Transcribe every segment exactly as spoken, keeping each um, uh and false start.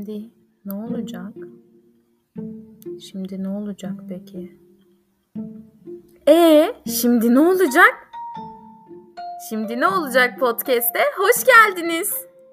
Şimdi ne olacak? Şimdi ne olacak peki? Ee, şimdi ne olacak? Şimdi ne olacak podcast'te? Hoş geldiniz.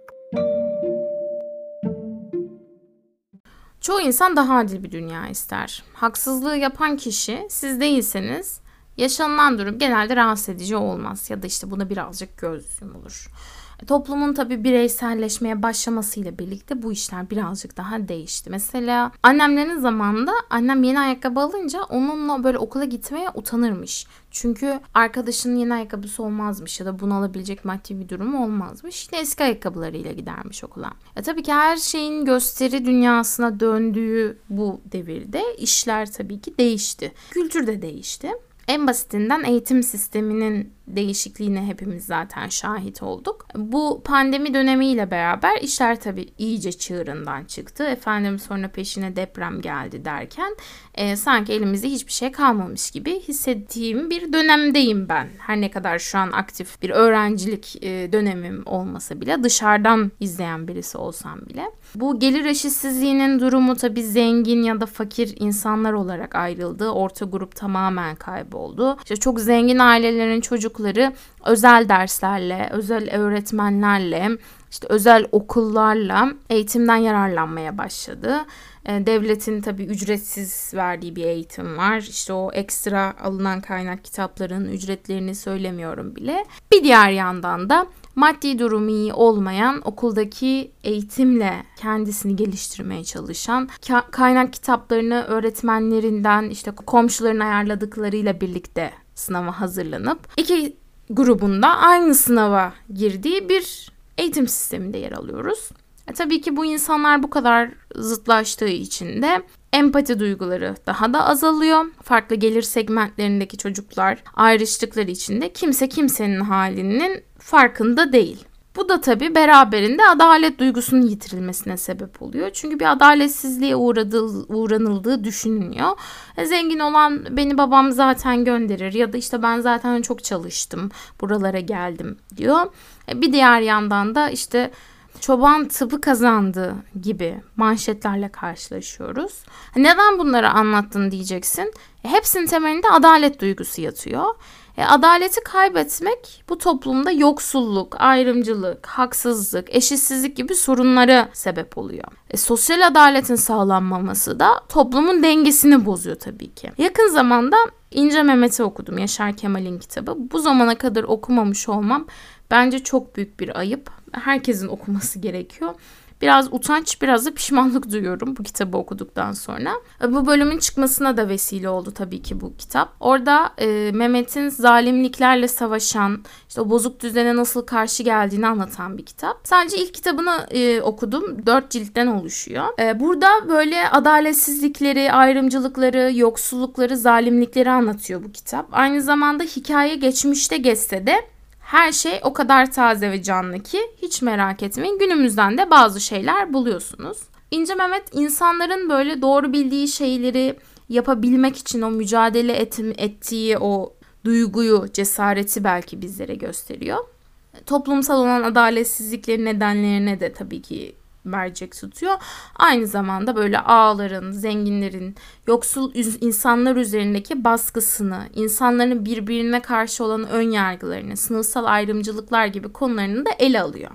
Çoğu insan daha adil bir dünya ister. Haksızlığı yapan kişi siz değilseniz yaşanılan durum genelde rahatsız edici olmaz ya da işte buna birazcık göz yumulur. Toplumun tabii bireyselleşmeye başlamasıyla birlikte bu işler birazcık daha değişti. Mesela annemlerin zamanında annem yeni ayakkabı alınca onunla böyle okula gitmeye utanırmış. Çünkü arkadaşının yeni ayakkabısı olmazmış ya da bunu alabilecek maddi bir durumu olmazmış. Yine eski ayakkabılarıyla gidermiş okula. Ya tabii ki her şeyin gösteri dünyasına döndüğü bu devirde işler tabii ki değişti. Kültür de değişti. En basitinden eğitim sisteminin değişikliğine hepimiz zaten şahit olduk. Bu pandemi dönemiyle beraber işler tabii iyice çığırından çıktı. Efendim sonra peşine deprem geldi derken e, sanki elimizde hiçbir şey kalmamış gibi hissettiğim bir dönemdeyim ben. Her ne kadar şu an aktif bir öğrencilik e, dönemim olmasa bile, dışarıdan izleyen birisi olsam bile. Bu gelir eşitsizliğinin durumu tabii zengin ya da fakir insanlar olarak ayrıldı. Orta grup tamamen kayboldu. İşte çok zengin ailelerin çocukları özel derslerle, özel öğretmenlerle, işte özel okullarla eğitimden yararlanmaya başladı. Devletin tabii ücretsiz verdiği bir eğitim var. İşte o ekstra alınan kaynak kitapların ücretlerini söylemiyorum bile. Bir diğer yandan da maddi durumu iyi olmayan, okuldaki eğitimle kendisini geliştirmeye çalışan, kaynak kitaplarını öğretmenlerinden, işte komşuların ayarladıklarıyla birlikte sınava hazırlanıp iki grubunda aynı sınava girdiği bir eğitim sisteminde yer alıyoruz. E, tabii ki bu insanlar bu kadar zıtlaştığı için de empati duyguları daha da azalıyor. Farklı gelir segmentlerindeki çocuklar ayrıştıkları için de kimse kimsenin halinin farkında değil. Bu da tabii beraberinde adalet duygusunun yitirilmesine sebep oluyor. Çünkü bir adaletsizliğe uğradığı, uğranıldığı düşünülüyor. E, zengin olan beni babam zaten gönderir ya da işte ben zaten çok çalıştım, buralara geldim diyor. E, bir diğer yandan da işte çoban tıpı kazandı gibi manşetlerle karşılaşıyoruz. Neden bunları anlattın diyeceksin. E, hepsinin temelinde adalet duygusu yatıyor. E, adaleti kaybetmek bu toplumda yoksulluk, ayrımcılık, haksızlık, eşitsizlik gibi sorunlara sebep oluyor. E, sosyal adaletin sağlanmaması da toplumun dengesini bozuyor tabii ki. Yakın zamanda İnce Mehmet'i okudum, Yaşar Kemal'in kitabı. Bu zamana kadar okumamış olmam bence çok büyük bir ayıp. Herkesin okuması gerekiyor. Biraz utanç, biraz da pişmanlık duyuyorum bu kitabı okuduktan sonra. Bu bölümün çıkmasına da vesile oldu tabii ki bu kitap. Orada e, Mehmet'in zalimliklerle savaşan, işte o bozuk düzene nasıl karşı geldiğini anlatan bir kitap. Sadece ilk kitabını e, okudum. Dört ciltten oluşuyor. E, burada böyle adaletsizlikleri, ayrımcılıkları, yoksullukları, zalimlikleri anlatıyor bu kitap. Aynı zamanda hikaye geçmişte geçse de her şey o kadar taze ve canlı ki hiç merak etmeyin, günümüzden de bazı şeyler buluyorsunuz. İnce Mehmet insanların böyle doğru bildiği şeyleri yapabilmek için o mücadele et, ettiği o duyguyu, cesareti belki bizlere gösteriyor. Toplumsal olan adaletsizliklerin nedenlerine de tabii ki mercek tutuyor. Aynı zamanda böyle ağaların, zenginlerin, yoksul insanlar üzerindeki baskısını, insanların birbirine karşı olan ön yargılarını, sınıfsal ayrımcılıklar gibi konularını da ele alıyor.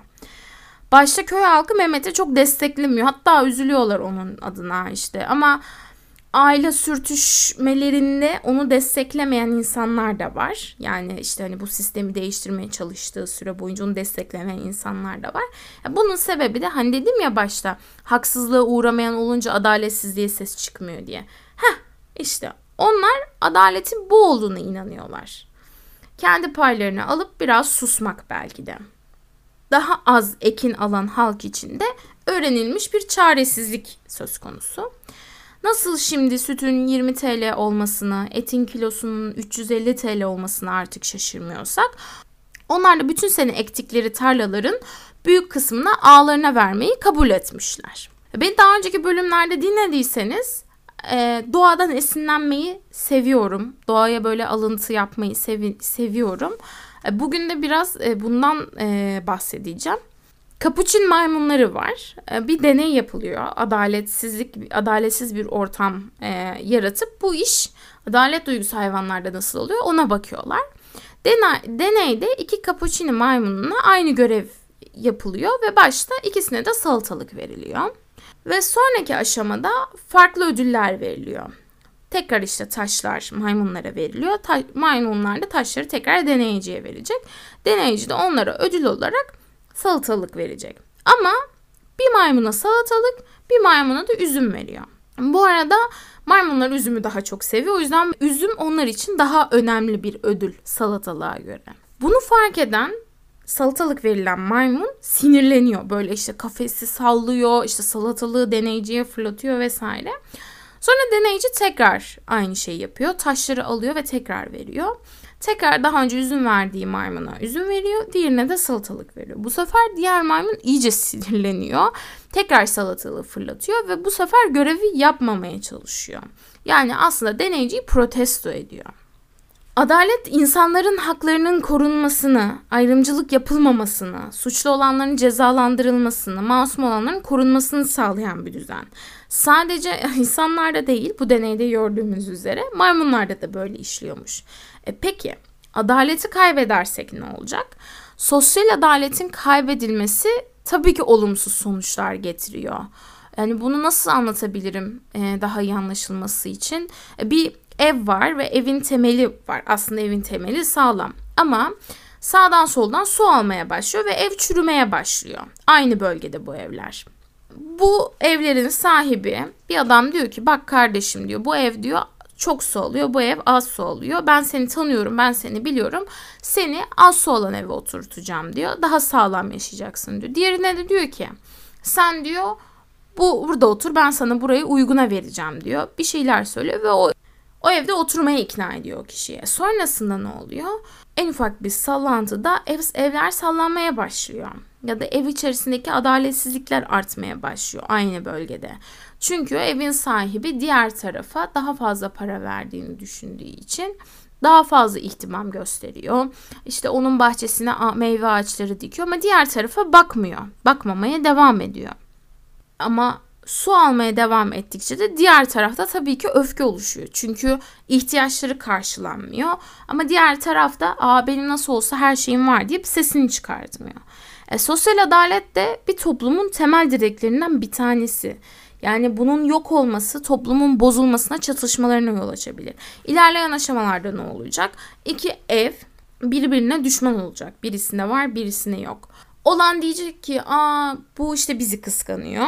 Başta köy halkı Mehmet'i çok desteklemiyor. Hatta üzülüyorlar onun adına işte. Ama aile sürtüşmelerinde onu desteklemeyen insanlar da var. Yani işte hani bu sistemi değiştirmeye çalıştığı süre boyunca onu desteklemeyen insanlar da var. Bunun sebebi de hani dedim ya başta, haksızlığa uğramayan olunca adaletsizliğe ses çıkmıyor diye. Heh işte onlar adaletin bu olduğunu inanıyorlar. Kendi paylarını alıp biraz susmak belki de. Daha az ekin alan halk içinde öğrenilmiş bir çaresizlik söz konusu. Nasıl şimdi sütün yirmi TL olmasını, etin kilosunun üç yüz elli TL olmasını artık şaşırmıyorsak, onlar da bütün sene ektikleri tarlaların büyük kısmını ağalarına vermeyi kabul etmişler. Beni daha önceki bölümlerde dinlediyseniz e, doğadan esinlenmeyi seviyorum. Doğaya böyle alıntı yapmayı sevi- seviyorum. E, bugün de biraz e, bundan e, bahsedeceğim. Kapuçin maymunları var. Bir deney yapılıyor. Adaletsizlik, adaletsiz bir ortam e, yaratıp bu iş adalet duygusu hayvanlarda nasıl oluyor ona bakıyorlar. Deney, deneyde iki kapuçini maymununa aynı görev yapılıyor ve başta ikisine de salatalık veriliyor. Ve sonraki aşamada farklı ödüller veriliyor. Tekrar işte taşlar maymunlara veriliyor. Ta- maymunlar da taşları tekrar deneyiciye verecek. Deneyici de onlara ödül olarak salatalık verecek. Ama bir maymuna salatalık, bir maymuna da üzüm veriyor. Bu arada maymunlar üzümü daha çok seviyor. O yüzden üzüm onlar için daha önemli bir ödül salatalığa göre. Bunu fark eden salatalık verilen maymun sinirleniyor. Böyle işte kafesi sallıyor, işte salatalığı deneyiciye fırlatıyor vesaire. Sonra deneyici tekrar aynı şeyi yapıyor. Taşları alıyor ve tekrar veriyor. Tekrar daha önce üzüm verdiği maymuna üzüm veriyor. Diğerine de salatalık veriyor. Bu sefer diğer maymun iyice sinirleniyor. Tekrar salatalığı fırlatıyor ve bu sefer görevi yapmamaya çalışıyor. Yani aslında deneyiciyi protesto ediyor. Adalet insanların haklarının korunmasını, ayrımcılık yapılmamasını, suçlu olanların cezalandırılmasını, masum olanların korunmasını sağlayan bir düzen. Sadece insanlarda değil, bu deneyde gördüğümüz üzere maymunlarda da böyle işliyormuş. E peki, adaleti kaybedersek ne olacak? Sosyal adaletin kaybedilmesi tabii ki olumsuz sonuçlar getiriyor. Yani bunu nasıl anlatabilirim e, daha iyi anlaşılması için? E, bir ev var ve evin temeli var. Aslında evin temeli sağlam. Ama sağdan soldan su almaya başlıyor ve ev çürümeye başlıyor. Aynı bölgede bu evler. Bu evlerin sahibi bir adam diyor ki bak kardeşim diyor bu ev diyor çok su alıyor, bu ev az su alıyor. Ben seni tanıyorum, ben seni biliyorum. Seni az su olan eve oturtacağım diyor. Daha sağlam yaşayacaksın diyor. Diğerine de diyor ki sen diyor bu burada otur, ben sana burayı uyguna vereceğim diyor. Bir şeyler söylüyor ve o o evde oturmaya ikna ediyor o kişiye. Sonrasında ne oluyor? En ufak bir sallantıda ev, evler sallanmaya başlıyor. Ya da ev içerisindeki adaletsizlikler artmaya başlıyor aynı bölgede. Çünkü evin sahibi diğer tarafa daha fazla para verdiğini düşündüğü için daha fazla ihtimam gösteriyor. İşte onun bahçesine meyve ağaçları dikiyor ama diğer tarafa bakmıyor. Bakmamaya devam ediyor. Ama su almaya devam ettikçe de diğer tarafta tabii ki öfke oluşuyor. Çünkü ihtiyaçları karşılanmıyor. Ama diğer tarafta aa benim nasıl olsa her şeyim var deyip sesini çıkartmıyor. E, sosyal adalet de bir toplumun temel direklerinden bir tanesi. Yani bunun yok olması toplumun bozulmasına, çatışmalarına yol açabilir. İlerleyen aşamalarda ne olacak? İki ev birbirine düşman olacak. Birisinde var, birisinde yok. Olan diyecek ki aa bu işte bizi kıskanıyor.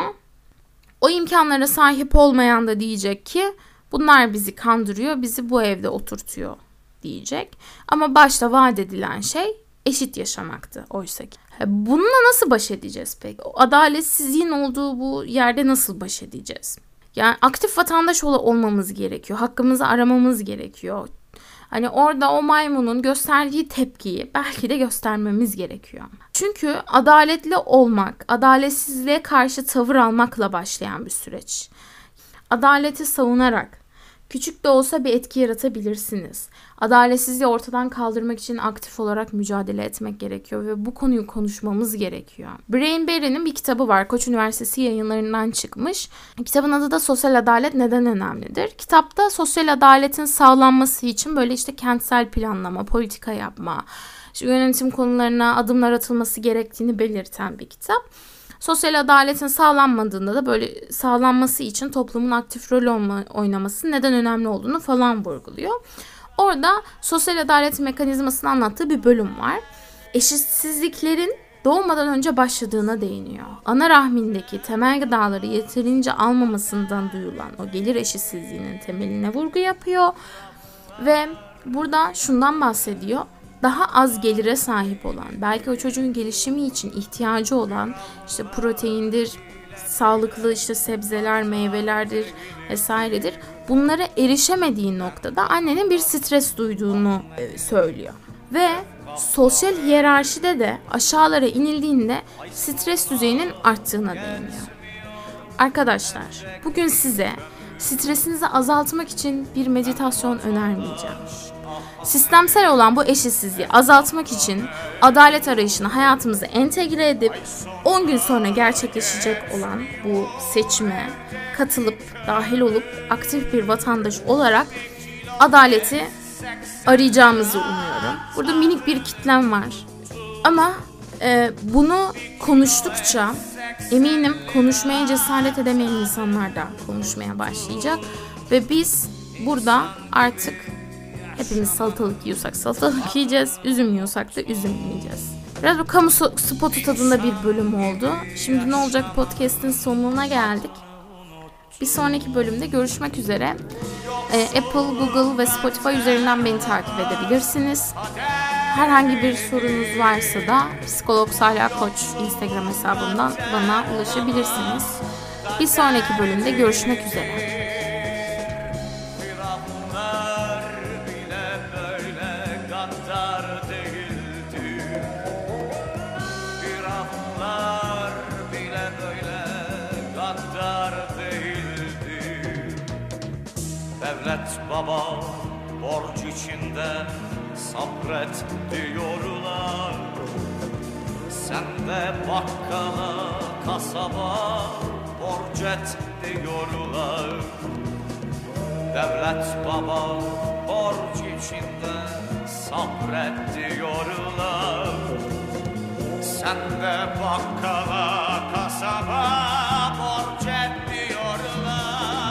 O imkanlara sahip olmayan da diyecek ki bunlar bizi kandırıyor, bizi bu evde oturtuyor diyecek. Ama başta vaat edilen şey eşit yaşamaktı oysa ki. Bununla nasıl baş edeceğiz peki? O adaletsizliğin olduğu bu yerde nasıl baş edeceğiz? Yani aktif vatandaş ol- olmamız gerekiyor. Hakkımızı aramamız gerekiyor. Hani orada o maymunun gösterdiği tepkiyi belki de göstermemiz gerekiyor. Çünkü adaletli olmak, adaletsizliğe karşı tavır almakla başlayan bir süreç. Adaleti savunarak, küçük de olsa bir etki yaratabilirsiniz. Adaletsizliği ortadan kaldırmak için aktif olarak mücadele etmek gerekiyor ve bu konuyu konuşmamız gerekiyor. Brian Barry'nin bir kitabı var. Koç Üniversitesi yayınlarından çıkmış. Kitabın adı da Sosyal Adalet Neden Önemlidir? Kitapta sosyal adaletin sağlanması için böyle işte kentsel planlama, politika yapma, işte yönetim konularına adımlar atılması gerektiğini belirten bir kitap. Sosyal adaletin sağlanmadığında da böyle sağlanması için toplumun aktif rol olma, oynaması neden önemli olduğunu falan vurguluyor. Orada sosyal adalet mekanizmasını anlattığı bir bölüm var. Eşitsizliklerin doğmadan önce başladığına değiniyor. Ana rahmindeki temel gıdaları yeterince almamasından duyulan o gelir eşitsizliğinin temeline vurgu yapıyor. Ve burada şundan bahsediyor. Daha az gelire sahip olan, belki o çocuğun gelişimi için ihtiyacı olan işte proteindir, sağlıklı işte sebzeler, meyvelerdir vesairedir. Bunlara erişemediği noktada annenin bir stres duyduğunu söylüyor. Ve sosyal hiyerarşide de aşağılara inildiğinde stres düzeyinin arttığına değiniyor. Arkadaşlar, bugün size stresinizi azaltmak için bir meditasyon önermeyeceğim. Sistemsel olan bu eşitsizliği azaltmak için adalet arayışını hayatımıza entegre edip on gün sonra gerçekleşecek olan bu seçime katılıp, dahil olup aktif bir vatandaş olarak adaleti arayacağımızı umuyorum. Burada minik bir kitlem var. Ama e, bunu konuştukça eminim konuşmaya cesaret edemeyen insanlar da konuşmaya başlayacak. Ve biz burada artık hepimiz salatalık yiyorsak salatalık yiyeceğiz, üzüm yiyorsak da üzüm yiyeceğiz. Biraz bu kamu spotu tadında bir bölüm oldu. Şimdi ne olacak podcast'in sonuna geldik. Bir sonraki bölümde görüşmek üzere. Ee, Apple, Google ve Spotify üzerinden beni takip edebilirsiniz. Herhangi bir sorunuz varsa da Psikolog Salih Koç Instagram hesabından bana ulaşabilirsiniz. Bir sonraki bölümde görüşmek üzere. Devlet baba borç içinde sabret diyorlar. Sen de bakkala kasaba borç et diyorlar. Devlet baba borç içinde sabret diyorlar. Sen de bakkala kasaba borç et diyorlar.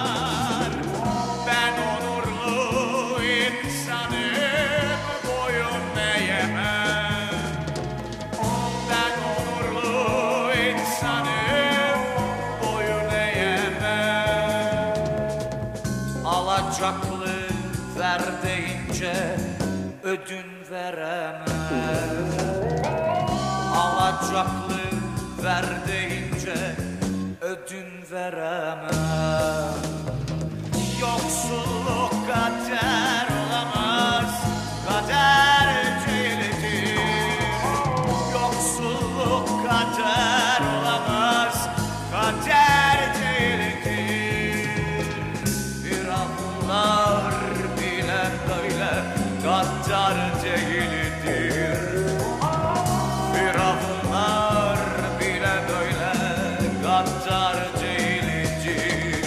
Ben onurlu insanım, boyun eğemem. Ben onurlu insanım, boyun eğemem. Alacaklı ver deyince ödün veremem. Alacaklı ver deyince ödün veremem. Yoksulluk kader olamaz, kader değildir. Yoksulluk kader olamaz, kader değildir. Firavunlar bile böyle gaddar değildir. Firavunlar bile böyle gaddar değildir.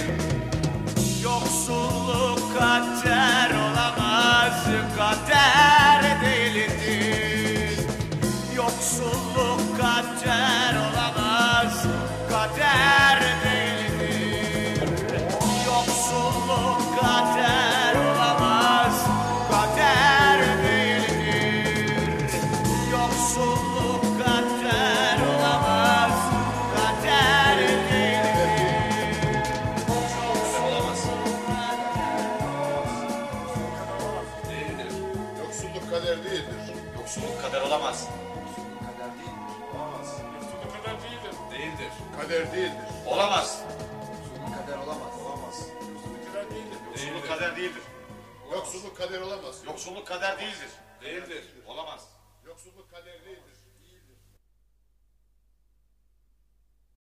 Yoksulluk kader olamaz, kader değildir. Yoksulluk kader olamaz, kader değildir. Yoksulluk kader olamaz, kader değildir. Yoksulluk kader olamaz, kader değildir. Yoksulluk kader değildir. Yoksulluk kader olamaz. Kader değildir. Olamaz. Yoksulluk kader değildir. Değildir. Kader değildir. Olamaz. Yoksulluk kader olamaz. Olamaz. Yoksulluk kader değildir. Yoksulluk kader değildir. Yoksulluk kader olamaz. Yoksulluk kader değildir. Değildir. Olamaz. Yoksulluk kader değildir.